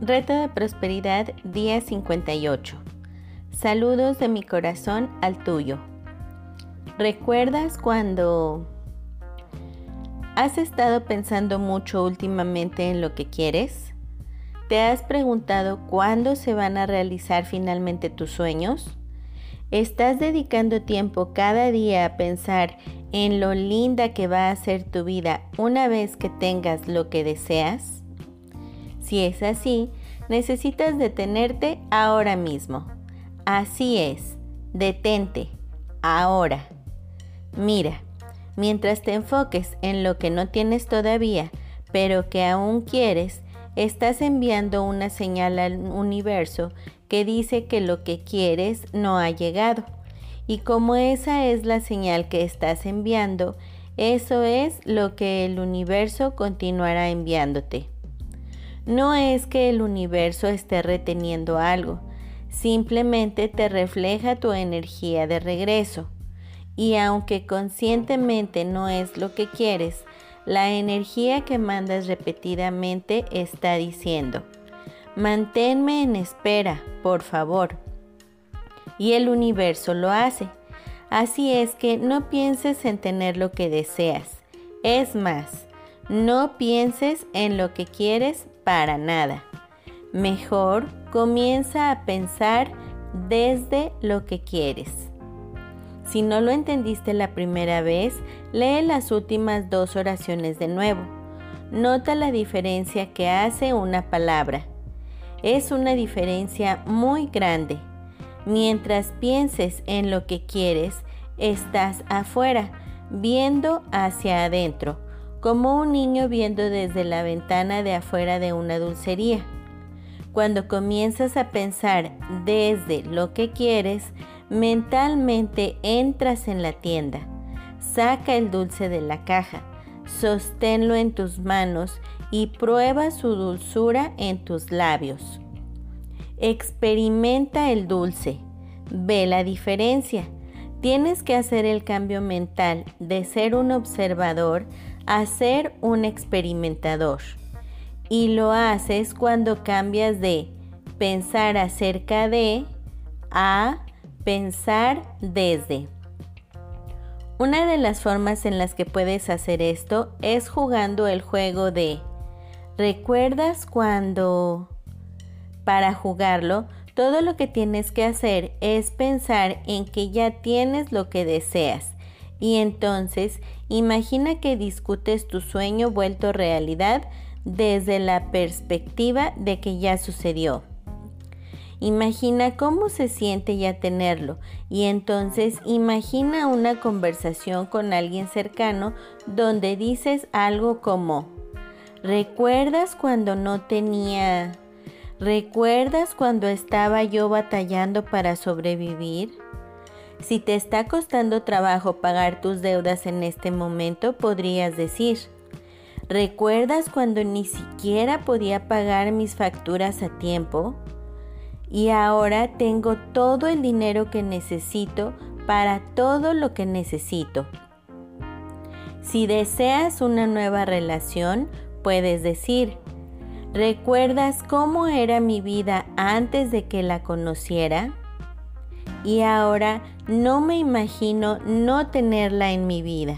Reto de Prosperidad, día 58. Saludos de mi corazón al tuyo. ¿Recuerdas cuando has estado pensando mucho últimamente en lo que quieres? ¿Te has preguntado cuándo se van a realizar finalmente tus sueños? ¿Estás dedicando tiempo cada día a pensar en lo linda que va a ser tu vida una vez que tengas lo que deseas? Si es así, necesitas detenerte ahora mismo. Así es, detente, ahora. Mira, mientras te enfoques en lo que no tienes todavía, pero que aún quieres, estás enviando una señal al universo que dice que lo que quieres no ha llegado. Y como esa es la señal que estás enviando, eso es lo que el universo continuará enviándote. No es que el universo esté reteniendo algo, simplemente te refleja tu energía de regreso. Y aunque conscientemente no es lo que quieres, la energía que mandas repetidamente está diciendo: manténme en espera, por favor. Y el universo lo hace. Así es que no pienses en tener lo que deseas. Es más, no pienses en lo que quieres para nada. Mejor comienza a pensar desde lo que quieres. Si no lo entendiste la primera vez, lee las últimas 2 oraciones de nuevo. Nota la diferencia que hace una palabra. Es una diferencia muy grande. Mientras pienses en lo que quieres, estás afuera, viendo hacia adentro, como un niño viendo desde la ventana de afuera de una dulcería. Cuando comienzas a pensar desde lo que quieres, mentalmente entras en la tienda. Saca el dulce de la caja, sosténlo en tus manos y prueba su dulzura en tus labios. Experimenta el dulce, ve la diferencia. Tienes que hacer el cambio mental de ser un observador a ser un experimentador. Y lo haces cuando cambias de pensar acerca de a pensar desde. Una de las formas en las que puedes hacer esto es jugando el juego de ¿recuerdas cuando? Para jugarlo, todo lo que tienes que hacer es pensar en que ya tienes lo que deseas. Y entonces, imagina que discutes tu sueño vuelto realidad desde la perspectiva de que ya sucedió. Imagina cómo se siente ya tenerlo y entonces imagina una conversación con alguien cercano donde dices algo como: ¿recuerdas cuando no tenía? ¿Recuerdas cuando estaba yo batallando para sobrevivir? Si te está costando trabajo pagar tus deudas en este momento, podrías decir: ¿recuerdas cuando ni siquiera podía pagar mis facturas a tiempo? Y ahora tengo todo el dinero que necesito para todo lo que necesito. Si deseas una nueva relación, puedes decir: ¿recuerdas cómo era mi vida antes de que la conociera? Y ahora no me imagino no tenerla en mi vida.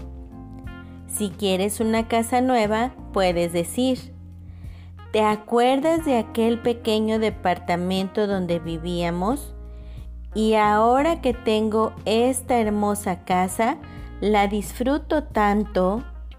Si quieres una casa nueva, puedes decir: ¿te acuerdas de aquel pequeño departamento donde vivíamos? Y ahora que tengo esta hermosa casa, la disfruto tanto.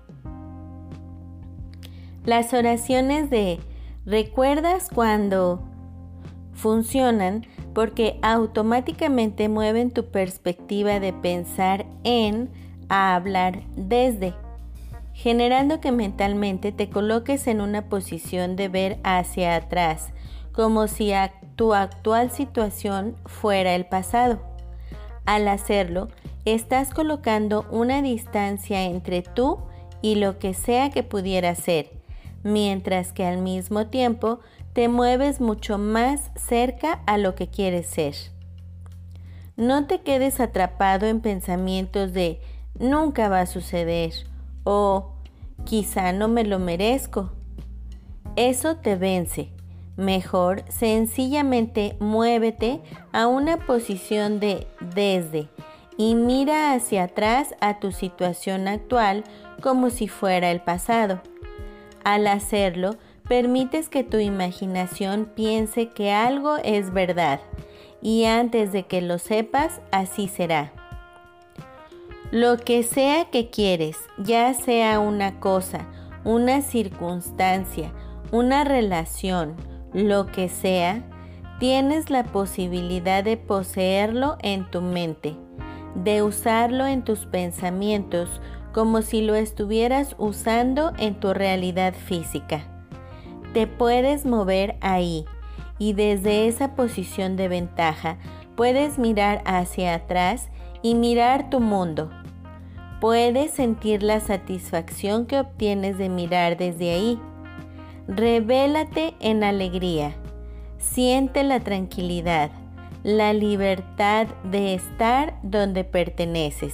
Las oraciones de ¿recuerdas cuando? Funcionan porque automáticamente mueven tu perspectiva de pensar en a hablar desde, generando que mentalmente te coloques en una posición de ver hacia atrás, como si tu actual situación fuera el pasado. Al hacerlo, estás colocando una distancia entre tú y lo que sea que pudiera ser, mientras que al mismo tiempo te mueves mucho más cerca a lo que quieres ser. No te quedes atrapado en pensamientos de nunca va a suceder o quizá no me lo merezco. Eso te vence. Mejor, sencillamente muévete a una posición de desde y mira hacia atrás a tu situación actual como si fuera el pasado. Al hacerlo, permites que tu imaginación piense que algo es verdad y antes de que lo sepas, así será. Lo que sea que quieres, ya sea una cosa, una circunstancia, una relación, lo que sea, tienes la posibilidad de poseerlo en tu mente, de usarlo en tus pensamientos como si lo estuvieras usando en tu realidad física. Te puedes mover ahí y desde esa posición de ventaja puedes mirar hacia atrás y mirar tu mundo. Puedes sentir la satisfacción que obtienes de mirar desde ahí. Revélate en alegría. Siente la tranquilidad, la libertad de estar donde perteneces.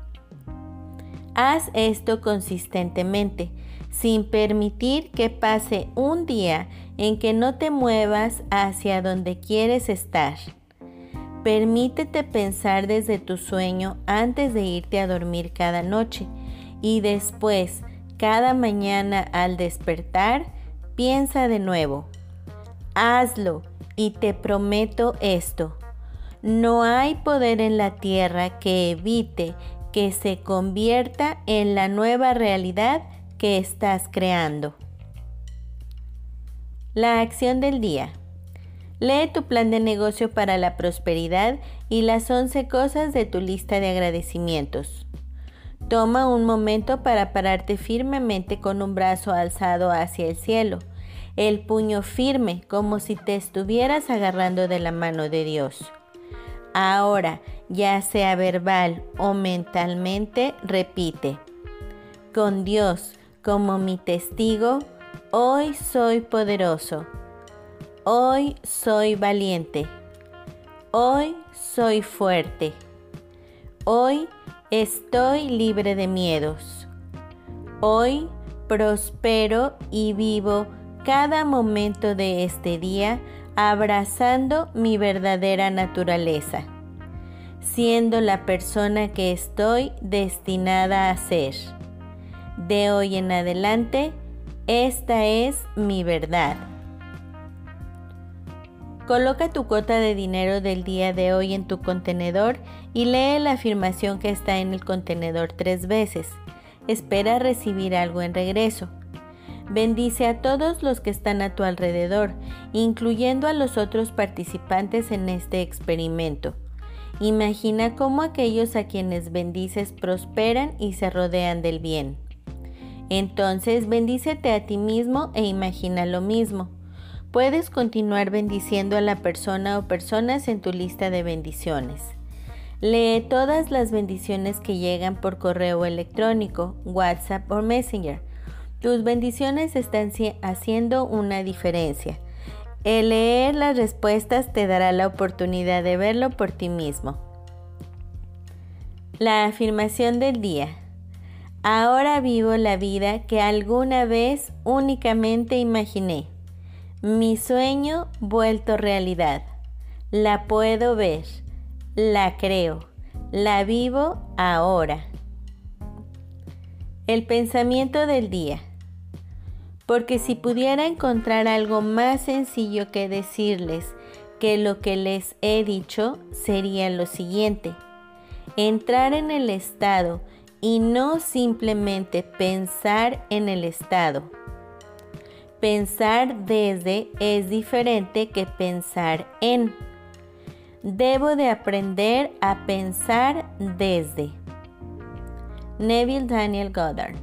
Haz esto consistentemente, sin permitir que pase un día en que no te muevas hacia donde quieres estar. Permítete pensar desde tu sueño antes de irte a dormir cada noche y después, cada mañana al despertar, piensa de nuevo. Hazlo y te prometo esto. No hay poder en la tierra que evite que se convierta en la nueva realidad que estás creando. La acción del día. Lee tu plan de negocio para la prosperidad y las 11 cosas de tu lista de agradecimientos. Toma un momento para pararte firmemente con un brazo alzado hacia el cielo, el puño firme como si te estuvieras agarrando de la mano de Dios. Ahora, ya sea verbal o mentalmente, repite: con Dios como mi testigo, hoy soy poderoso. Hoy soy valiente. Hoy soy fuerte. Hoy estoy libre de miedos. Hoy prospero y vivo cada momento de este día abrazando mi verdadera naturaleza, siendo la persona que estoy destinada a ser. De hoy en adelante, esta es mi verdad. Coloca tu cuota de dinero del día de hoy en tu contenedor y lee la afirmación que está en el contenedor 3 veces. Espera recibir algo en regreso. Bendice a todos los que están a tu alrededor, incluyendo a los otros participantes en este experimento. Imagina cómo aquellos a quienes bendices prosperan y se rodean del bien. Entonces, bendícete a ti mismo e imagina lo mismo. Puedes continuar bendiciendo a la persona o personas en tu lista de bendiciones. Lee todas las bendiciones que llegan por correo electrónico, WhatsApp o Messenger. Tus bendiciones están haciendo una diferencia. El leer las respuestas te dará la oportunidad de verlo por ti mismo. La afirmación del día. Ahora vivo la vida que alguna vez únicamente imaginé. Mi sueño vuelto realidad. La puedo ver, la creo, la vivo ahora. El pensamiento del día. Porque si pudiera encontrar algo más sencillo que decirles que lo que les he dicho, sería lo siguiente: entrar en el estado y no simplemente pensar en el estado. Pensar desde es diferente que pensar en. Debo de aprender a pensar desde. Neville Daniel Goddard.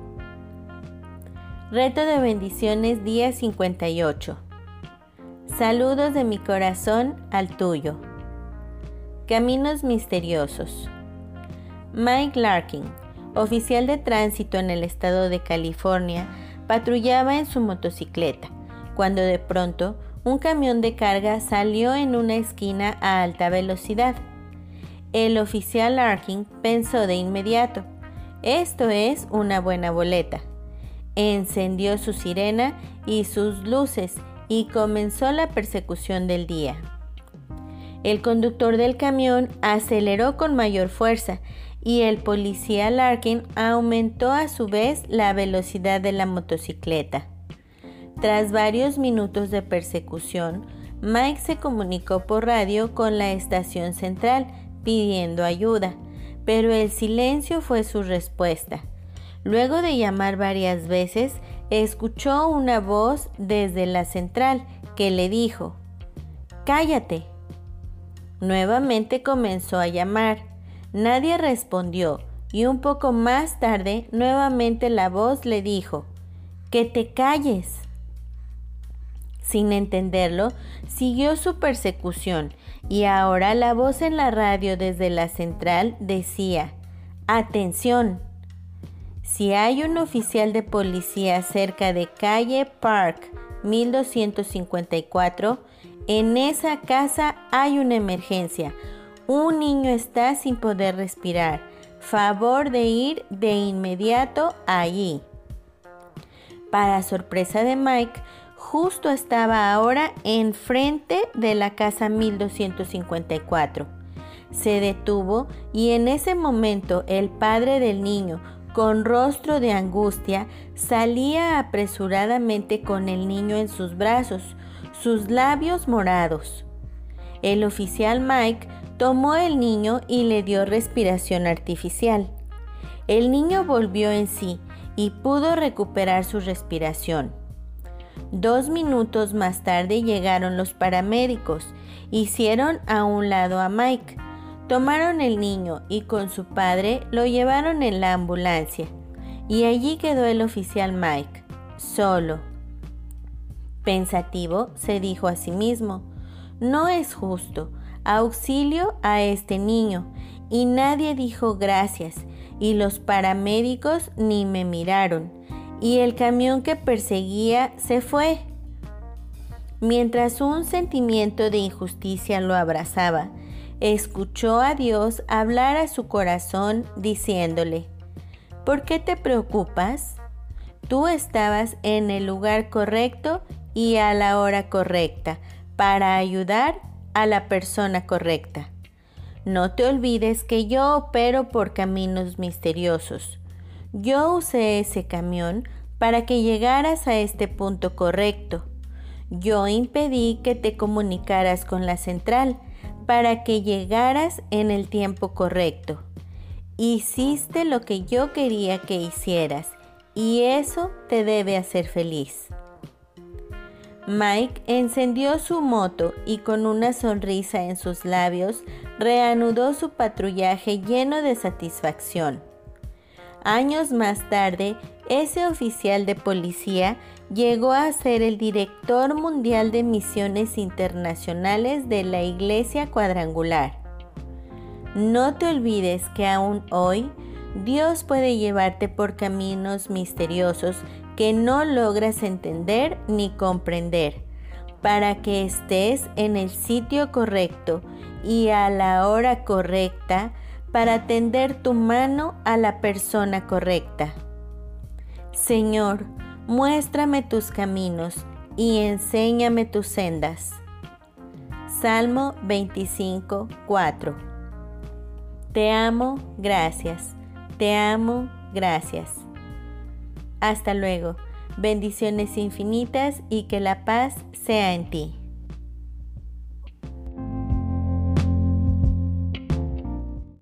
Reto de bendiciones día 58. Saludos de mi corazón al tuyo. Caminos misteriosos. Mike Larkin, oficial de tránsito en el estado de California, patrullaba en su motocicleta, cuando de pronto un camión de carga salió en una esquina a alta velocidad. El oficial Larkin pensó de inmediato: esto es una buena boleta. Encendió su sirena y sus luces y comenzó la persecución del día. El conductor del camión aceleró con mayor fuerza y el policía Larkin aumentó a su vez la velocidad de la motocicleta. Tras varios minutos de persecución, Mike se comunicó por radio con la estación central pidiendo ayuda, pero el silencio fue su respuesta. Luego de llamar varias veces, escuchó una voz desde la central que le dijo: «¡Cállate!». Nuevamente comenzó a llamar. Nadie respondió y un poco más tarde nuevamente la voz le dijo: «¡Que te calles!». Sin entenderlo, siguió su persecución y ahora la voz en la radio desde la central decía: «¡Atención! Si hay un oficial de policía cerca de calle Park 1254, en esa casa hay una emergencia. Un niño está sin poder respirar. Favor de ir de inmediato allí». Para sorpresa de Mike, justo estaba ahora enfrente de la casa 1254. Se detuvo y en ese momento el padre del niño, con rostro de angustia, salía apresuradamente con el niño en sus brazos, sus labios morados. El oficial Mike tomó el niño y le dio respiración artificial. El niño volvió en sí y pudo recuperar su respiración. 2 minutos más tarde llegaron los paramédicos, hicieron a un lado a Mike, tomaron el niño y con su padre lo llevaron en la ambulancia, y allí quedó el oficial Mike, solo. Pensativo, se dijo a sí mismo: «No es justo, auxilio a este niño, y nadie dijo gracias, y los paramédicos ni me miraron, y el camión que perseguía se fue». Mientras un sentimiento de injusticia lo abrazaba, escuchó a Dios hablar a su corazón diciéndole: «¿Por qué te preocupas? Tú estabas en el lugar correcto y a la hora correcta para ayudar a la persona correcta. No te olvides que yo opero por caminos misteriosos. Yo usé ese camión para que llegaras a este punto correcto. Yo impedí que te comunicaras con la central para que llegaras en el tiempo correcto. Hiciste lo que yo quería que hicieras y eso te debe hacer feliz». Mike encendió su moto y con una sonrisa en sus labios reanudó su patrullaje lleno de satisfacción. Años más tarde, ese oficial de policía llegó a ser el director mundial de misiones internacionales de la Iglesia Cuadrangular. No te olvides que aún hoy Dios puede llevarte por caminos misteriosos que no logras entender ni comprender, para que estés en el sitio correcto y a la hora correcta para tender tu mano a la persona correcta. Señor, muéstrame tus caminos y enséñame tus sendas. Salmo 25, 4. Te amo, gracias. Te amo, gracias. Hasta luego. Bendiciones infinitas y que la paz sea en ti.